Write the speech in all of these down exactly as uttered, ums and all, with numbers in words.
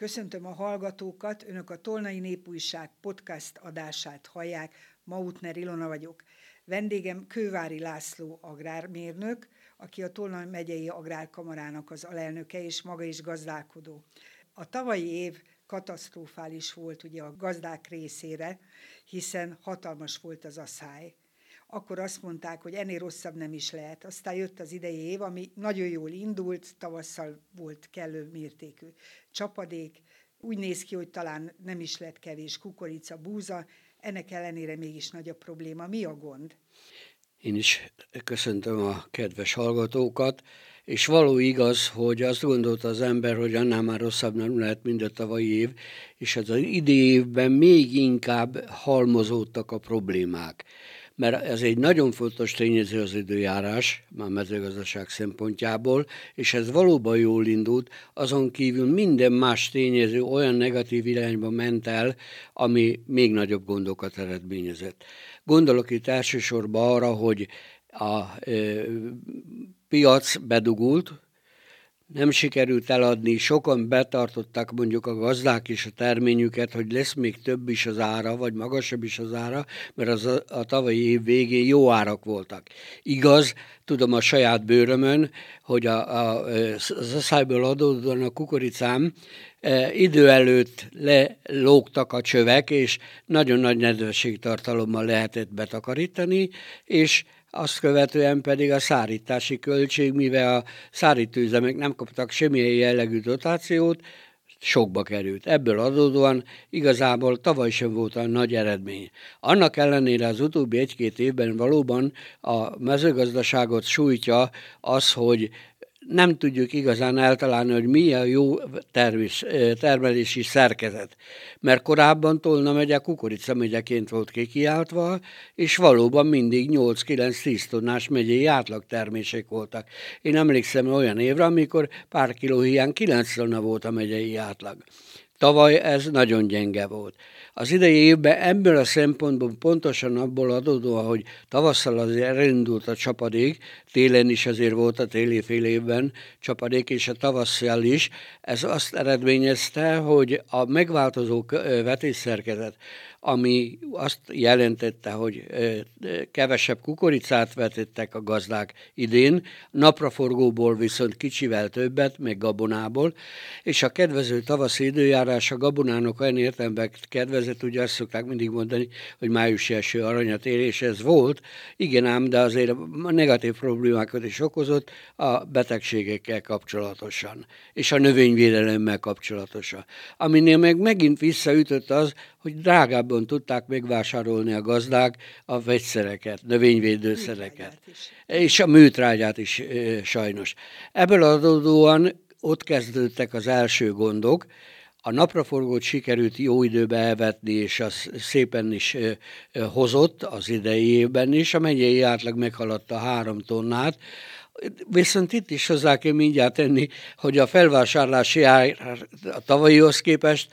Köszöntöm a hallgatókat, Önök a Tolnai Népújság podcast adását hallják, Mautner Ilona vagyok. Vendégem Kővári László agrármérnök, aki a Tolnai megyei agrárkamarának az alelnöke, és maga is gazdálkodó. A tavalyi év katasztrofális volt ugye a gazdák részére, hiszen hatalmas volt az aszály. Akkor azt mondták, hogy ennél rosszabb nem is lehet. Aztán jött az idei év, ami nagyon jól indult, tavasszal volt kellő mértékű csapadék. Úgy néz ki, hogy talán nem is lett kevés kukorica, búza, ennek ellenére mégis nagy a probléma. Mi a gond? Én is köszöntöm a kedves hallgatókat, és való igaz, hogy azt gondolta az ember, hogy annál már rosszabb nem lehet, mint a tavalyi év, és az idei évben még inkább halmozódtak a problémák. Mert ez egy nagyon fontos tényező az időjárás, már mezőgazdaság szempontjából, és ez valóban jól indult, azon kívül minden más tényező olyan negatív irányba ment el, ami még nagyobb gondokat eredményezett. Gondolok itt elsősorban arra, hogy a e, piac bedugult, nem sikerült eladni, sokan betartották mondjuk a gazdák is a terményüket, hogy lesz még több is az ára, vagy magasabb is az ára, mert az a, a tavalyi év végén jó árak voltak. Igaz, tudom a saját bőrömön, hogy a, a, az aszályból adódóan a kukoricám e, idő előtt lelógtak a csövek, és nagyon nagy nedvességtartalommal lehetett betakarítani, és azt követően pedig a szárítási költség, mivel a szárítóüzemek nem kaptak semmilyen jellegű dotációt, sokba került. Ebből adódóan igazából tavaly sem volt a nagy eredmény. Annak ellenére az utóbbi egy-két évben valóban a mezőgazdaságot sújtja az, hogy nem tudjuk igazán eltalálni, hogy mi a jó termés, termelési szerkezet. Mert korábban Tolna megye kukorica megyeként volt kikiáltva, és valóban mindig nyolc-kilenc-tíz tonnás megyei átlagtermések voltak. Én emlékszem olyan évre, amikor pár kiló hiány kilenc tonna volt a megyei átlag. Tavaly ez nagyon gyenge volt. Az idei évben ebből a szempontból pontosan abból adódóan, hogy tavasszal azért elindult a csapadék, télen is azért volt a téli fél évben csapadék, és a tavasszal is, ez azt eredményezte, hogy a megváltozó vetésszerkezet, ami azt jelentette, hogy kevesebb kukoricát vetettek a gazdák idén, napraforgóból viszont kicsivel többet, meg gabonából, és a kedvező tavaszi időjárás a gabonának olyan értelemben kedvezett, ugye azt szokták mindig mondani, hogy május első aranyat ér, és ez volt, igen ám, de azért negatív problémákat is okozott a betegségekkel kapcsolatosan, és a növényvédelemmel kapcsolatosan. Aminél meg megint visszaütött az, hogy drágábban tudták megvásárolni a gazdák a vegyszereket, növényvédőszereket, és a műtrágyát is e, sajnos. Ebből adódóan ott kezdődtek az első gondok. A napraforgót sikerült jó időbe elvetni, és az szépen is e, e, hozott az idei évben is. A megyei átlag meghaladta három tonnát. Viszont itt is hozzá kell mindjárt tenni, hogy a felvásárlási ár a tavalyihoz képest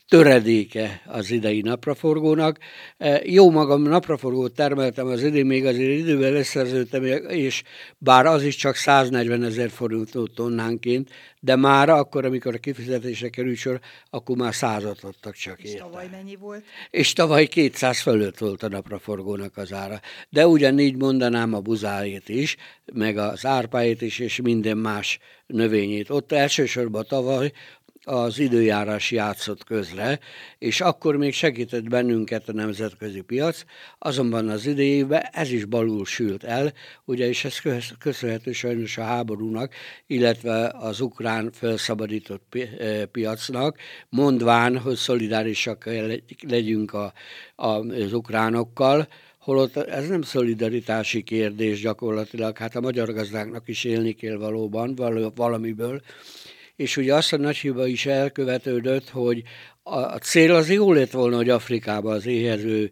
töredéke az idei napraforgónak. Jó magam napraforgót termeltem az idén, még azért idővel leszerződtem, és bár az is csak száznegyven ezer forint tonnánként, de már akkor, amikor a kifizetésre került sor, akkor már százat adtak csak érte. És tavaly mennyi volt? És tavaly kétszáz fölött volt a napraforgónak az ára. De ugyanígy mondanám a buzájét is, meg az árpájét is, és minden más növényét. Ott elsősorban tavaly az időjárás játszott közre, és akkor még segített bennünket a nemzetközi piac, azonban az idejében ez is balul sült el, ugye, és ez köszönhető sajnos a háborúnak, illetve az ukrán felszabadított piacnak, mondván, hogy szolidárisak legyünk a, a, az ukránokkal, holott ez nem szolidaritási kérdés gyakorlatilag, hát a magyar gazdáknak is élni kell valóban, valamiből, és ugye azt a nagy hiba is elkövetődött, hogy a cél az jó lett volna, hogy Afrikában az éhező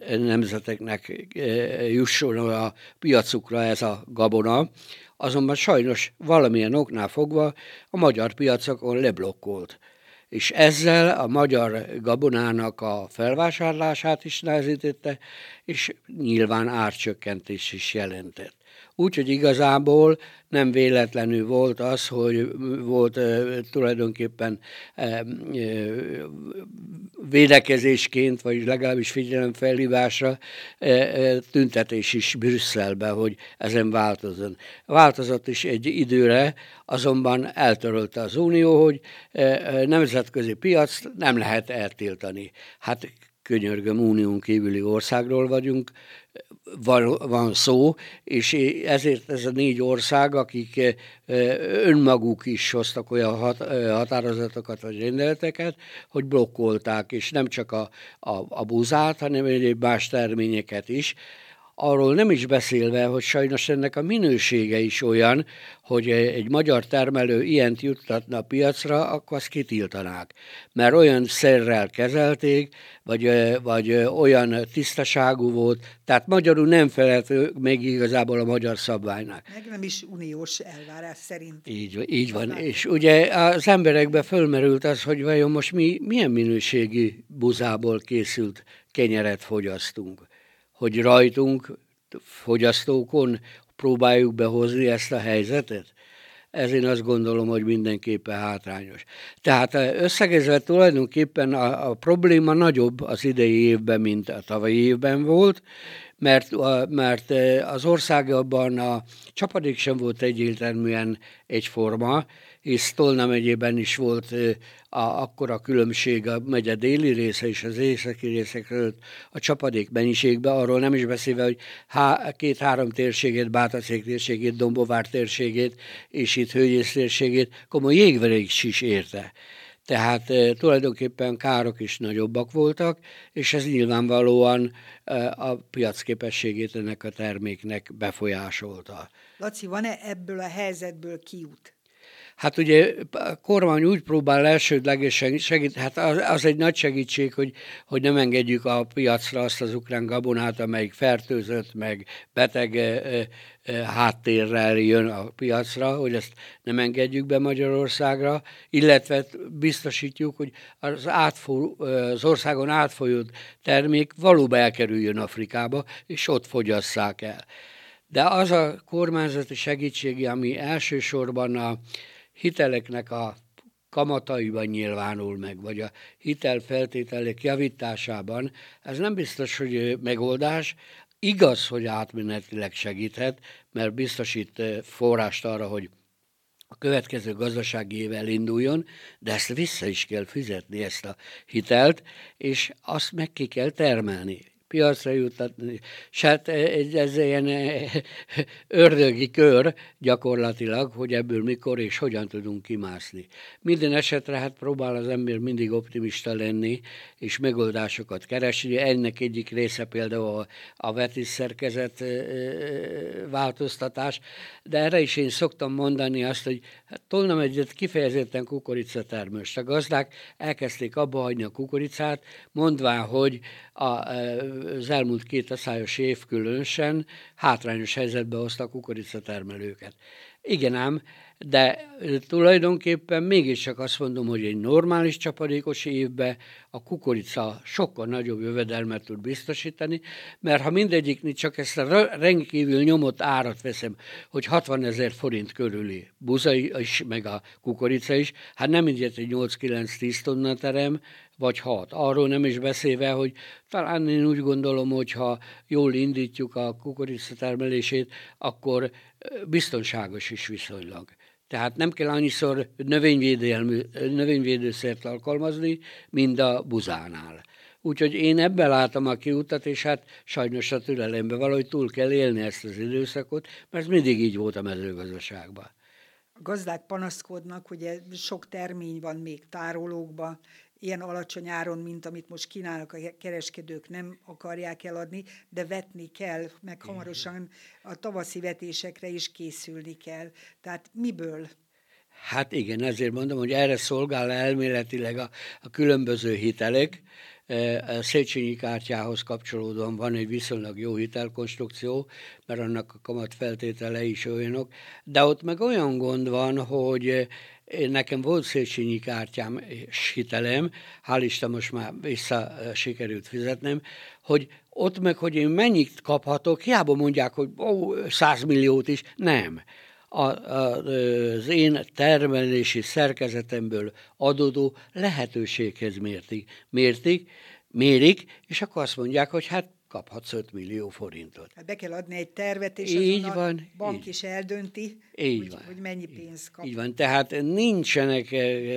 nemzeteknek jusson a piacukra ez a gabona, azonban sajnos valamilyen oknál fogva a magyar piacokon leblokkolt. És ezzel a magyar gabonának a felvásárlását is nehezítette, és nyilván árcsökkentés is jelentett. Úgyhogy igazából nem véletlenül volt az, hogy volt e, tulajdonképpen e, e, védekezésként, vagy legalábbis figyelemfelhívásra e, e, tüntetés is Brüsszelben, hogy ezen változzon. Változott is egy időre, azonban eltörölte az Unió, hogy e, nemzetközi piac nem lehet eltiltani. Hát könyörgöm, unión kívüli országról vagyunk, van, van szó, és ezért ez a négy ország, akik önmaguk is hoztak olyan hat, határozatokat vagy rendeleteket, hogy blokkolták, és nem csak a, a, a buzát, hanem egyéb más terményeket is. Arról nem is beszélve, hogy sajnos ennek a minősége is olyan, hogy egy magyar termelő ilyent juttatna a piacra, akkor azt kitiltanák. Mert olyan szerrel kezelték, vagy, vagy olyan tisztaságú volt, tehát magyarul nem felelt meg igazából a magyar szabványnak. Meg nem is uniós elvárás szerint. Így, így van, és ugye az emberekbe fölmerült az, hogy vajon most mi milyen minőségű buzából készült kenyeret fogyasztunk. Hogy rajtunk, fogyasztókon próbáljuk behozni ezt a helyzetet? Ez én azt gondolom, hogy mindenképpen hátrányos. Tehát összegezve tulajdonképpen a, a probléma nagyobb az idei évben, mint a tavalyi évben volt, mert, mert az országban a csapadék sem volt egyértelműen egyforma, és Tolna megyében is volt a, akkora különbség a megye déli része és az északi részek között a csapadék mennyiségben, arról nem is beszélve, hogy há, két-három térségét, Bátaszék térségét, Dombóvár térségét és itt Hőgyész térségét komoly jégverés is érte. Tehát e, tulajdonképpen károk is nagyobbak voltak, és ez nyilvánvalóan e, a piacképességét ennek a terméknek befolyásolta. Laci, van-e ebből a helyzetből kiút? Hát ugye a kormány úgy próbál elsődlegesen segíteni, hát az, az egy nagy segítség, hogy, hogy nem engedjük a piacra azt az ukrán gabonát, amelyik fertőzött, meg beteg e, e, háttérrel jön a piacra, hogy ezt nem engedjük be Magyarországra, illetve biztosítjuk, hogy az, átfo, az országon átfolyó termék valóban elkerüljön Afrikába, és ott fogyasszák el. De az a kormányzati segítség, ami elsősorban a hiteleknek a kamataiban nyilvánul meg, vagy a hitelfeltételek javításában, ez nem biztos, hogy megoldás. Igaz, hogy átmenetileg segíthet, mert biztosít forrást arra, hogy a következő gazdasági év elinduljon, de ezt vissza is kell fizetni, ezt a hitelt, és azt meg ki kell termelni. Piacra juttatni. Hát ez ilyen ördögi kör gyakorlatilag, hogy ebből mikor és hogyan tudunk kimászni. Minden esetre hát próbál az ember mindig optimista lenni, és megoldásokat keresni. Ennek egyik része például a, a vetis szerkezet változtatás, de erre is én szoktam mondani azt, hogy hát Tolna megyet kifejezetten kukoricatermős. A gazdák elkezdték abba hagyni a kukoricát, mondván, hogy a az elmúlt két aszályos év különösen hátrányos helyzetbe hozta a kukoricatermelőket. Igen ám, de tulajdonképpen mégiscsak azt mondom, hogy egy normális csapadékos évben a kukorica sokkal nagyobb jövedelmet tud biztosítani, mert ha mindegyiknél csak ezt a rendkívül nyomott árat veszem, hogy hatvanezer forint körüli buza is, meg a kukorica is, hát nem mindjárt egy nyolc-kilenc-tíz tonna terem, vagy hat. Arról nem is beszélve, hogy talán én úgy gondolom, hogy ha jól indítjuk a kukoricatermelését, akkor biztonságos is viszonylag. Tehát nem kell annyiszor növényvédőszert alkalmazni, mint a buzánál. Úgyhogy én ebben látom a kiutat, és hát sajnos a türelemben valahogy túl kell élni ezt az időszakot, mert mindig így volt a mezőgazdaságban. A gazdák panaszkodnak, hogy sok termény van még tárolókban, ilyen alacsony áron, mint amit most kínálnak a kereskedők, nem akarják eladni, de vetni kell, meg hamarosan a tavaszi vetésekre is készülni kell. Tehát miből? Hát igen, ezért mondom, hogy erre szolgál elméletileg a, a különböző hitelek. A Széchenyi kártyához kapcsolódóan van egy viszonylag jó hitelkonstrukció, mert annak a kamatfeltételei is olyanok, de ott meg olyan gond van, hogy én nekem volt Széchenyi kártyám és hitelem, hál' Isten most már vissza sikerült fizetnem, hogy ott meg, hogy én mennyit kaphatok, hiába mondják, hogy ó, száz milliót is, nem. A, a, az én termelési szerkezetemből adódó lehetőséghez mértik, mértik, mérik, és akkor azt mondják, hogy hát kaphatsz öt millió forintot. Hát be kell adni egy tervet, és így azon van, a bank így. is eldönti, így hogy, van. hogy mennyi pénzt kap. Így van, tehát nincsenek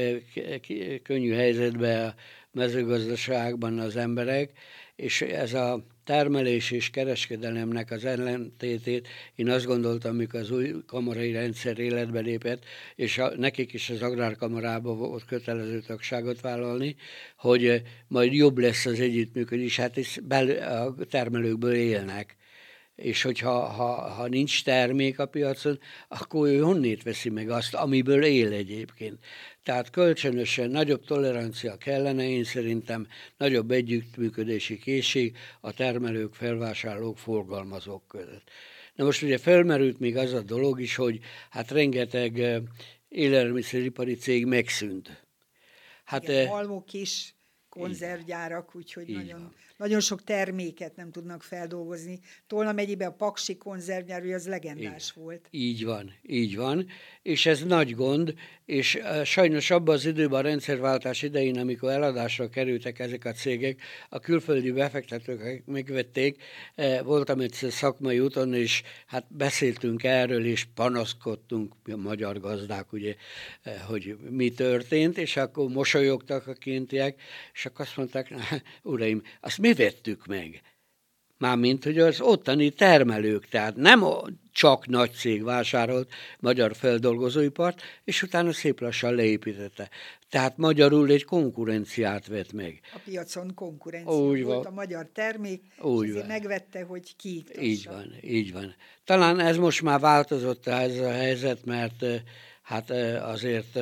könnyű helyzetben a mezőgazdaságban az emberek, és ez a termelés és kereskedelemnek az ellentétét én azt gondoltam, amikor az új kamarai rendszer életbe lépett, és a, nekik is az agrárkamarában volt kötelező tagságot vállalni, hogy majd jobb lesz az együttműködés, hát is bel, a termelőkből élnek. És hogyha ha, ha nincs termék a piacon, akkor ő honnét veszi meg azt, amiből él egyébként. Tehát kölcsönösen nagyobb tolerancia kellene, én szerintem nagyobb együttműködési készség a termelők, felvásárlók, forgalmazók között. Na most ugye felmerült még az a dolog is, hogy hát rengeteg élelmiszeripari cég megszűnt. Hát, igen, malmok is, konzervgyárak, úgyhogy nagyon, nagyon sok terméket nem tudnak feldolgozni. Tolna megyében a Paksi konzervgyár, az legendás igen. volt. Így van, így van, és ez nagy gond, és uh, sajnos abban az időben a rendszerváltás idején, amikor eladásra kerültek ezek a cégek, a külföldi befektetők megvették, uh, voltam egyszer szakmai úton, és hát beszéltünk erről, és panaszkodtunk, a magyar gazdák, ugye, uh, hogy mi történt, és akkor mosolyogtak a kintiek, és akkor azt mondták, uraim, azt mi vettük meg? Mármint, hogy az ottani termelők, tehát nem csak nagy cég vásárolt magyar feldolgozóipart, és utána szép lassan leépítette. Tehát magyarul egy konkurenciát vett meg. A piacon konkurencia úgy volt, van. A magyar termék, úgy és azért van. megvette, hogy kiiktassa. Így van, így van. Talán ez most már változott ez a helyzet, mert hát azért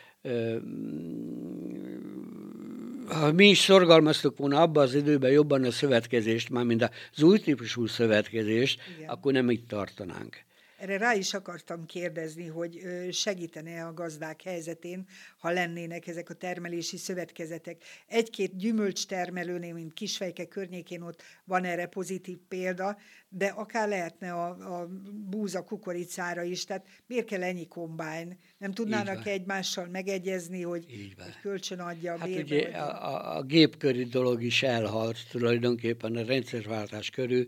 ha mi is szorgalmaztuk volna abba az időben jobban a szövetkezést, már mint az új típusú szövetkezést, igen. akkor nem itt tartanánk. Erre rá is akartam kérdezni, hogy segítene a gazdák helyzetén, ha lennének ezek a termelési szövetkezetek. Egy-két gyümölcstermelőnél, mint Kisfejke környékén ott van erre pozitív példa, de akár lehetne a, a búza kukoricára is, tehát miért kell ennyi kombájn? Nem tudnának egymással megegyezni, hogy, hogy kölcsön adja a hát bérbe? ugye a, a, a gépköri dolog is elhalt tulajdonképpen a rendszerváltás körül.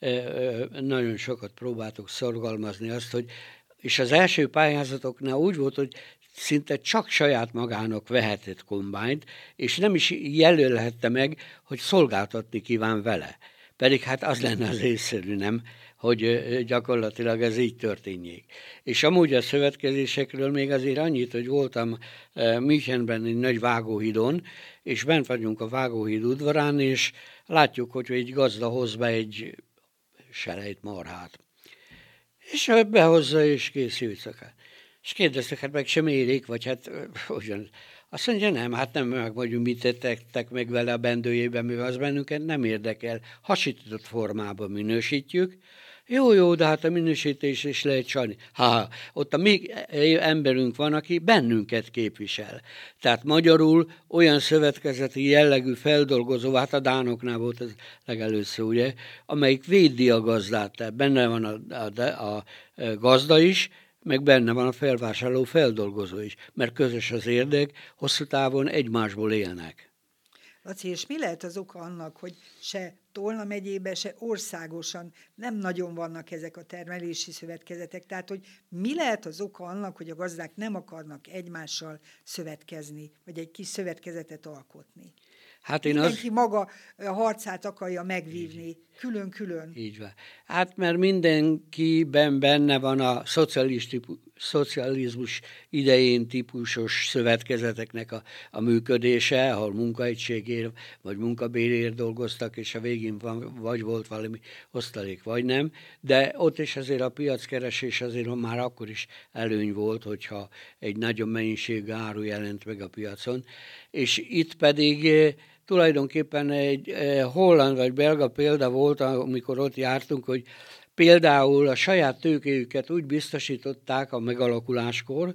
Nagyon sokat próbáltuk szorgalmazni azt, hogy, és az első pályázatoknál úgy volt, hogy szinte csak saját magának vehetett kombányt, és nem is jelölhette meg, hogy szolgáltatni kíván vele. Pedig hát az lenne az észszerű, nem, hogy gyakorlatilag ez így történjék. És amúgy a szövetkezésekről még azért annyit, hogy voltam Münchenben egy nagy vágóhídon, és bent vagyunk a vágóhíd udvarán, és látjuk, hogy egy gazda hoz be egy selejt marhát. És behozza, és készült szakát. És kérdeztek, hát meg sem érik, vagy hát ugyan. Azt mondja, nem, hát nem megmondjuk, mit tettek meg vele a bendőjében, mivel az bennünket nem érdekel. Hasított formában minősítjük. Jó, jó, de hát a minősítés is lehet csalni. Ha, ott a mi emberünk van, aki bennünket képvisel. Tehát magyarul olyan szövetkezeti jellegű feldolgozó, hát a dánoknál volt ez legelőször, ugye, amelyik védi a gazdát, tehát benne van a, a, a gazda is, meg benne van a felvásárló feldolgozó is, mert közös az érdek, hosszú távon egymásból élnek. Laci, és mi lehet az oka annak, hogy se Tolna megyében, se országosan nem nagyon vannak ezek a termelési szövetkezetek? Tehát, hogy mi lehet az oka annak, hogy a gazdák nem akarnak egymással szövetkezni, vagy egy kis szövetkezetet alkotni? Hát én Mindenki az... maga a harcát akarja megvívni, külön-külön. Így van. Hát mert mindenkiben benne van a szocializmus idején típusos szövetkezeteknek a, a működése, ahol munkaegységért vagy munkabérért dolgoztak, és a végén van, vagy volt valami osztalék, vagy nem. De ott is azért a piackeresés azért már akkor is előny volt, hogyha egy nagyobb mennyiségű áru jelent meg a piacon. És itt pedig tulajdonképpen egy eh, holland vagy belga példa volt, amikor ott jártunk, hogy például a saját tőkéjüket úgy biztosították a megalakuláskor,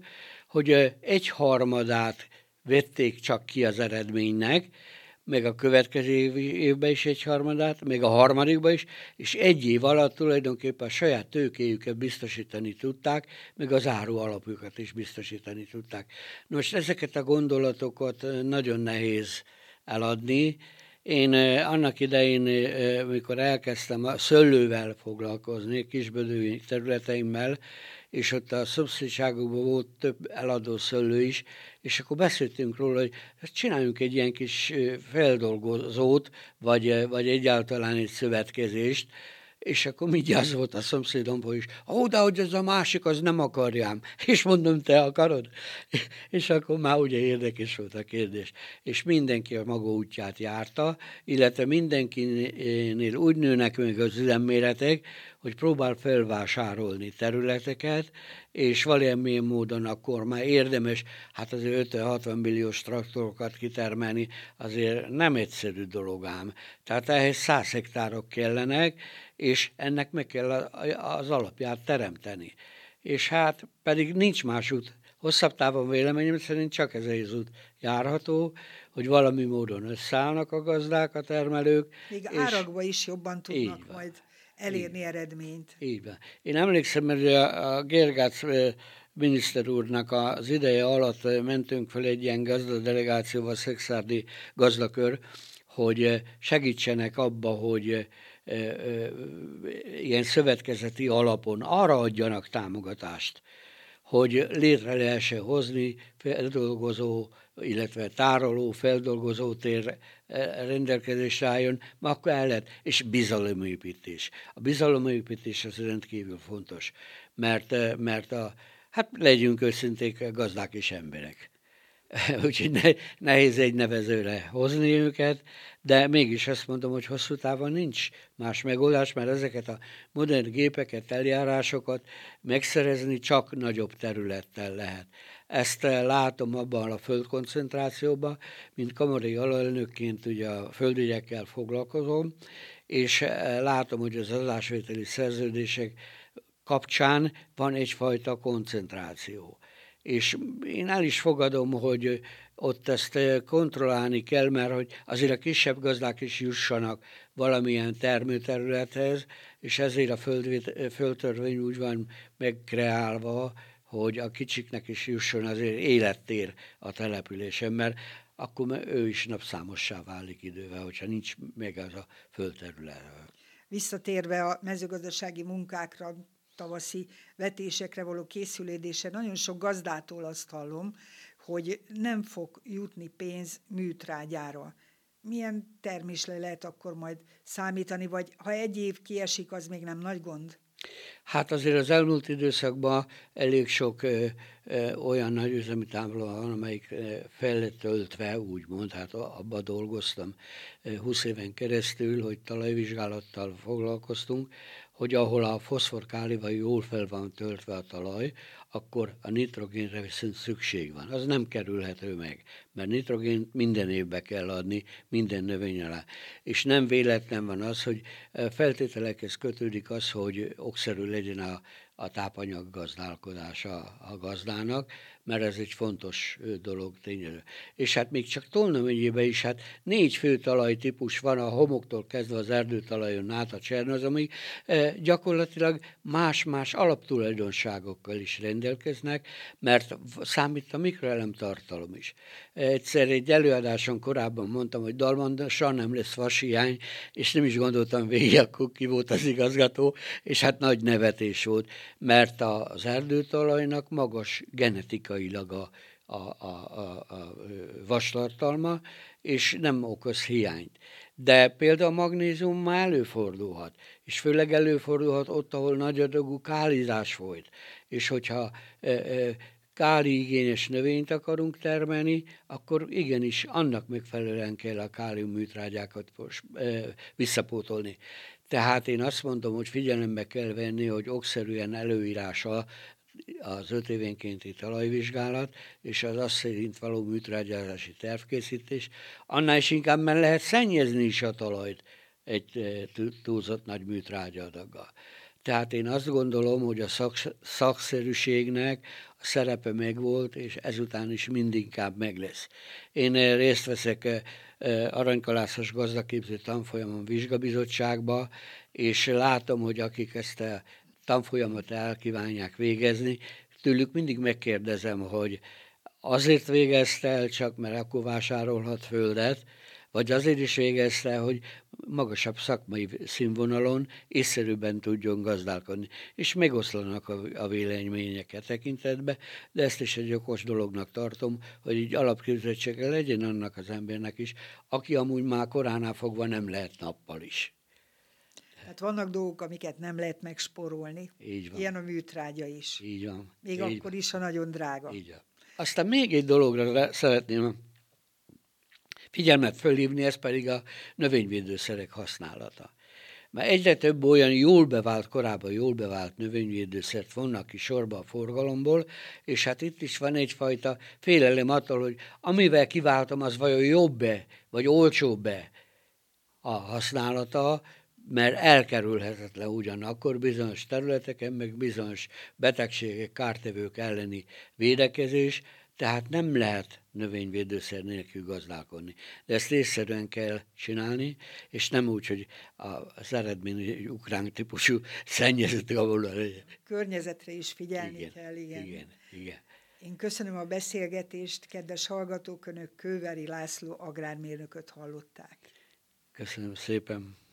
hogy egy harmadát vették csak ki az eredménynek, meg a következő évben is egy harmadát, meg a harmadikban is, és egy év alatt tulajdonképpen a saját tőkéjüket biztosítani tudták, meg az áru alapjukat is biztosítani tudták. Most ezeket a gondolatokat nagyon nehéz eladni. Én annak idején, amikor elkezdtem a szőlővel foglalkozni, kisbödői területeimmel, és ott a szomszédságokban volt több eladó szőlő is, és akkor beszéltünk róla, hogy csináljunk egy ilyen kis feldolgozót, vagy, vagy egyáltalán egy szövetkezést, és akkor mindjárt az volt a szomszédomból is, ó, de hogy ez a másik, az nem akarjám. És mondom, te akarod? És akkor már ugye érdekes volt a kérdés. És mindenki a maga útját járta, illetve mindenkinél úgy nőnek meg az üzemméretek, hogy próbál felvásárolni területeket, és valamilyen módon akkor már érdemes, hát azért ötven-hatvan milliós traktorokat kitermelni, azért nem egyszerű dolog ám. Tehát ehhez száz hektárok kellenek, és ennek meg kell az alapját teremteni. És hát pedig nincs más út. Hosszabb távon véleményem szerint csak ez az út járható, hogy valami módon összeállnak a gazdák, a termelők. Még árakba is jobban tudnak majd elérni így, eredményt. Így van. Én emlékszem, hogy a, a Gergác miniszter úrnak az ideje alatt mentünk fel egy ilyen gazdadelegációval, Szekszárdi gazdakör, hogy segítsenek abba, hogy ilyen szövetkezeti alapon arra adjanak támogatást, hogy létre lehessen hozni feldolgozó, illetve tároló, feldolgozó tér rendelkezésre álljon, akkor el lehet, és bizalomépítés. A bizalomépítés az rendkívül fontos, mert, mert a, hát legyünk őszinték, gazdák és emberek. Úgyhogy ne, nehéz egy nevezőre hozni őket, de mégis azt mondom, hogy hosszú távon nincs más megoldás, mert ezeket a modern gépeket, eljárásokat megszerezni csak nagyobb területtel lehet. Ezt látom abban a földkoncentrációban, mint kamarai alelnökként ugye a földügyekkel foglalkozom, és látom, hogy az adásvételi szerződések kapcsán van egyfajta koncentráció. És én el is fogadom, hogy ott ezt kontrollálni kell, mert hogy azért a kisebb gazdák is jussanak valamilyen termőterülethez, és ezért a föld, földtörvény úgy van megkreálva, hogy a kicsiknek is jusson azért élettér a településen, mert akkor ő is napszámossá válik idővel, hogyha nincs meg az a földterület. Visszatérve a mezőgazdasági munkákra, tavaszi vetésekre való készülődése, nagyon sok gazdától azt hallom, hogy nem fog jutni pénz műtrágyára. Milyen termésre lehet akkor majd számítani, vagy ha egy év kiesik, az még nem nagy gond? Hát azért az elmúlt időszakban elég sok ö, ö, olyan nagy üzemi tábla van, amelyik fel lett töltve, úgymond, hát abban dolgoztam húsz éven keresztül, hogy talajvizsgálattal foglalkoztunk, hogy ahol a foszfor-kálium jól fel van töltve a talaj, akkor a nitrogénre viszont szükség van. Az nem kerülhető meg, mert nitrogént minden évbe kell adni, minden növény alá. És nem véletlen van az, hogy feltételekhez kötődik az, hogy okszerű legyen a, a tápanyag gazdálkodása a gazdának, mert ez egy fontos dolog tényleg. És hát még csak Tolna megyében is, hát négy fő talajtípus van, a homoktól kezdve az erdőtalajon át a csernozomig, gyakorlatilag más-más alaptulajdonságokkal is rendelkeznek, mert számít a mikroelem tartalom is. Egyszer egy előadáson korábban mondtam, hogy Dalmandosan nem lesz vashiány, és nem is gondoltam végig, akkor ki volt az igazgató, és hát nagy nevetés volt, mert az erdőtalajnak magas genetikailag a, a, a, a, a vastartalma, és nem okoz hiányt. De például a magnézium már előfordulhat, és főleg előfordulhat ott, ahol nagy adagú kálizás volt. És hogyha e, e, káli igényes növényt akarunk termelni, akkor igenis annak megfelelően kell a kálium műtrágyákat e, visszapótolni. Tehát én azt mondom, hogy figyelembe kell venni, hogy okszerűen előírása az öt évenkénti talajvizsgálat, és az azt szerint való műtrágyázási tervkészítés, annál is inkább, mert lehet szennyezni is a talajt egy túlzott nagy műtrágyaadaggal. Tehát én azt gondolom, hogy a szak, szakszerűségnek a szerepe megvolt, és ezután is mindinkább meg lesz. Én részt veszek aranykalászos gazdaképző tanfolyamon vizsgabizottságba, és látom, hogy akik ezt a tanfolyamot el kívánják végezni, tőlük mindig megkérdezem, hogy azért végezte el csak, mert akkor vásárolhat földet, vagy azért is végezte, hogy magasabb szakmai színvonalon észszerűbben tudjon gazdálkodni. És megoszlanak a, a véleményeket tekintetbe, de ezt is egy okos dolognak tartom, hogy így alapképzettsége legyen annak az embernek is, aki amúgy már koránál fogva nem lehet nappal is. Hát vannak dolgok, amiket nem lehet megspórolni. Így van. Ilyen a műtrágya is. Így van. Még így akkor van. is, ha nagyon drága. Így van. Aztán még egy dologra szeretném figyelmet fölhívni, ez pedig a növényvédőszerek használata. Mert egyre több olyan jól bevált, korábban jól bevált növényvédőszert vonnak ki sorba a forgalomból, és hát itt is van egyfajta félelem attól, hogy amivel kiváltom, az vajon jobb-e, vagy olcsóbb-e a használata, mert elkerülhetetlen ugyanakkor bizonyos területeken, meg bizonyos betegségek, kártevők elleni védekezés, tehát nem lehet növényvédőszer nélkül gazdálkodni. De ezt észszerűen kell csinálni, és nem úgy, hogy az eredmény ukrán típusú szennyezett gabona legyen. Környezetre is figyelni igen, kell, igen. igen. Igen. Én köszönöm a beszélgetést, kedves hallgatók, önök Kővári László agrármérnököt hallották. Köszönöm szépen.